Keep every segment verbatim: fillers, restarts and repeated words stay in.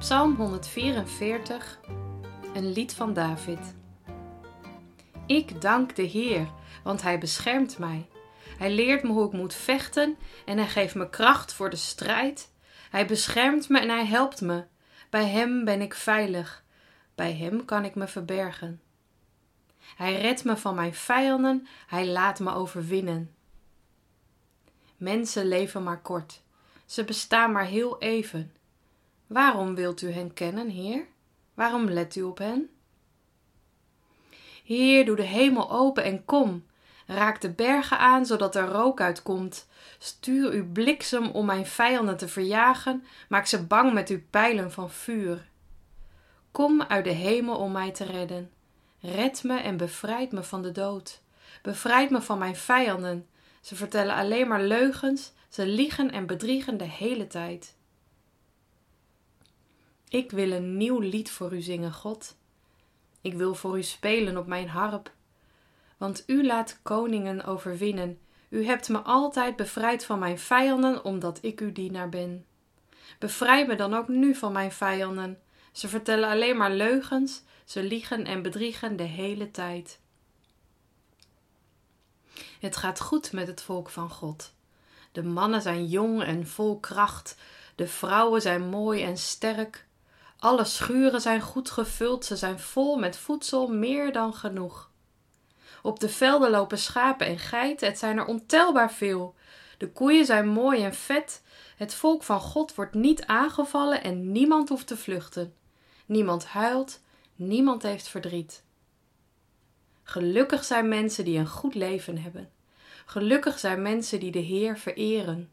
Psalm honderdvierenveertig, een lied van David. Ik dank de Heer, want Hij beschermt mij. Hij leert me hoe ik moet vechten en Hij geeft me kracht voor de strijd. Hij beschermt me en Hij helpt me. Bij Hem ben ik veilig. Bij Hem kan ik me verbergen. Hij redt me van mijn vijanden, Hij laat me overwinnen. Mensen leven maar kort. Ze bestaan maar heel even. Waarom wilt u hen kennen, Heer? Waarom let u op hen? Heer, doe de hemel open en kom. Raak de bergen aan, zodat er rook uitkomt. Stuur uw bliksem om mijn vijanden te verjagen. Maak ze bang met uw pijlen van vuur. Kom uit de hemel om mij te redden. Red me en bevrijd me van de dood. Bevrijd me van mijn vijanden. Ze vertellen alleen maar leugens. Ze liegen en bedriegen de hele tijd. Ik wil een nieuw lied voor u zingen, God. Ik wil voor u spelen op mijn harp. Want u laat koningen overwinnen. U hebt me altijd bevrijd van mijn vijanden, omdat ik uw dienaar ben. Bevrijd me dan ook nu van mijn vijanden. Ze vertellen alleen maar leugens. Ze liegen en bedriegen de hele tijd. Het gaat goed met het volk van God. De mannen zijn jong en vol kracht. De vrouwen zijn mooi en sterk. Alle schuren zijn goed gevuld. Ze zijn vol met voedsel, meer dan genoeg. Op de velden lopen schapen en geiten. Het zijn er ontelbaar veel. De koeien zijn mooi en vet. Het volk van God wordt niet aangevallen en niemand hoeft te vluchten. Niemand huilt, niemand heeft verdriet. Gelukkig zijn mensen die een goed leven hebben. Gelukkig zijn mensen die de Heer vereren.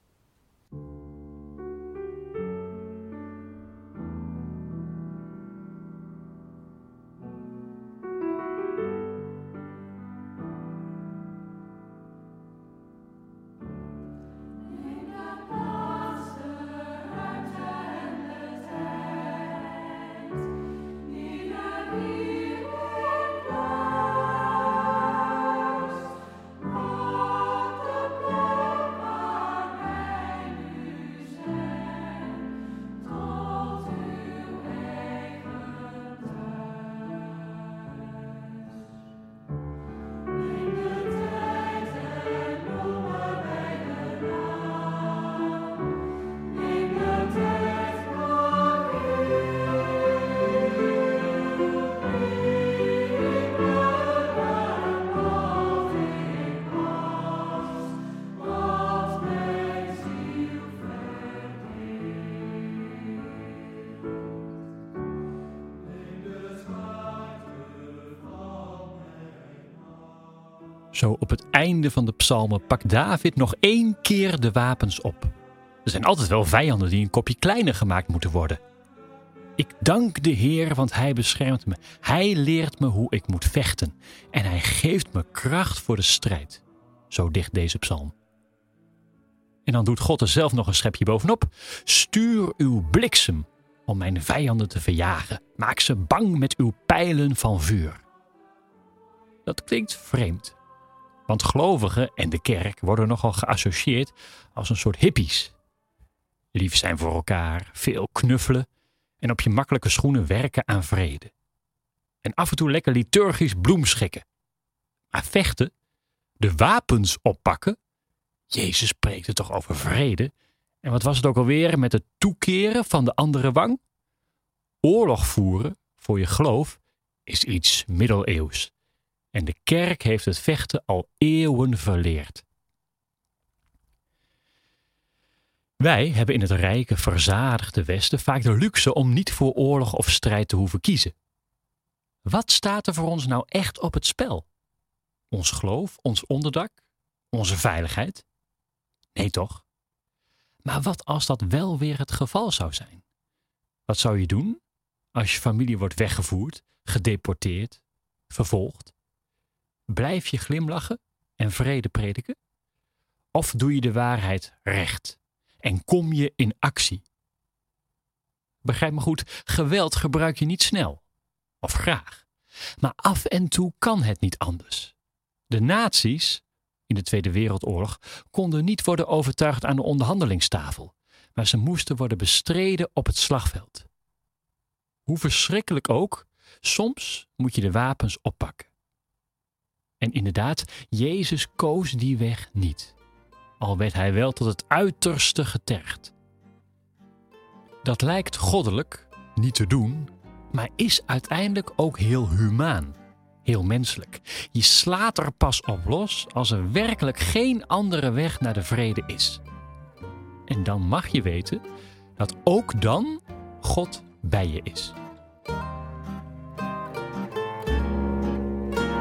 Zo op het einde van de psalmen pakt David nog één keer de wapens op. Er zijn altijd wel vijanden die een kopje kleiner gemaakt moeten worden. Ik dank de Heer, want Hij beschermt me. Hij leert me hoe ik moet vechten. En Hij geeft me kracht voor de strijd. Zo dicht deze psalm. En dan doet God er zelf nog een schepje bovenop. Stuur uw bliksem om mijn vijanden te verjagen. Maak ze bang met uw pijlen van vuur. Dat klinkt vreemd. Want gelovigen en de kerk worden nogal geassocieerd als een soort hippies. Lief zijn voor elkaar, veel knuffelen en op je makkelijke schoenen werken aan vrede. En af en toe lekker liturgisch bloemschikken. Maar vechten, de wapens oppakken, Jezus spreekt toch over vrede. En wat was het ook alweer met het toekeren van de andere wang? Oorlog voeren voor je geloof is iets middeleeuws. En de kerk heeft het vechten al eeuwen verleerd. Wij hebben in het rijke, verzadigde Westen vaak de luxe om niet voor oorlog of strijd te hoeven kiezen. Wat staat er voor ons nou echt op het spel? Ons geloof, ons onderdak, onze veiligheid? Nee toch? Maar wat als dat wel weer het geval zou zijn? Wat zou je doen als je familie wordt weggevoerd, gedeporteerd, vervolgd? Blijf je glimlachen en vrede prediken? Of doe je de waarheid recht en kom je in actie? Begrijp me goed, geweld gebruik je niet snel of graag. Maar af en toe kan het niet anders. De nazi's in de Tweede Wereldoorlog konden niet worden overtuigd aan de onderhandelingstafel, maar ze moesten worden bestreden op het slagveld. Hoe verschrikkelijk ook, soms moet je de wapens oppakken. En inderdaad, Jezus koos die weg niet. Al werd hij wel tot het uiterste getergd. Dat lijkt goddelijk, niet te doen, maar is uiteindelijk ook heel humaan. Heel menselijk. Je slaat er pas op los als er werkelijk geen andere weg naar de vrede is. En dan mag je weten dat ook dan God bij je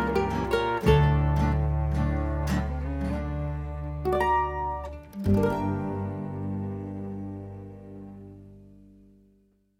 is.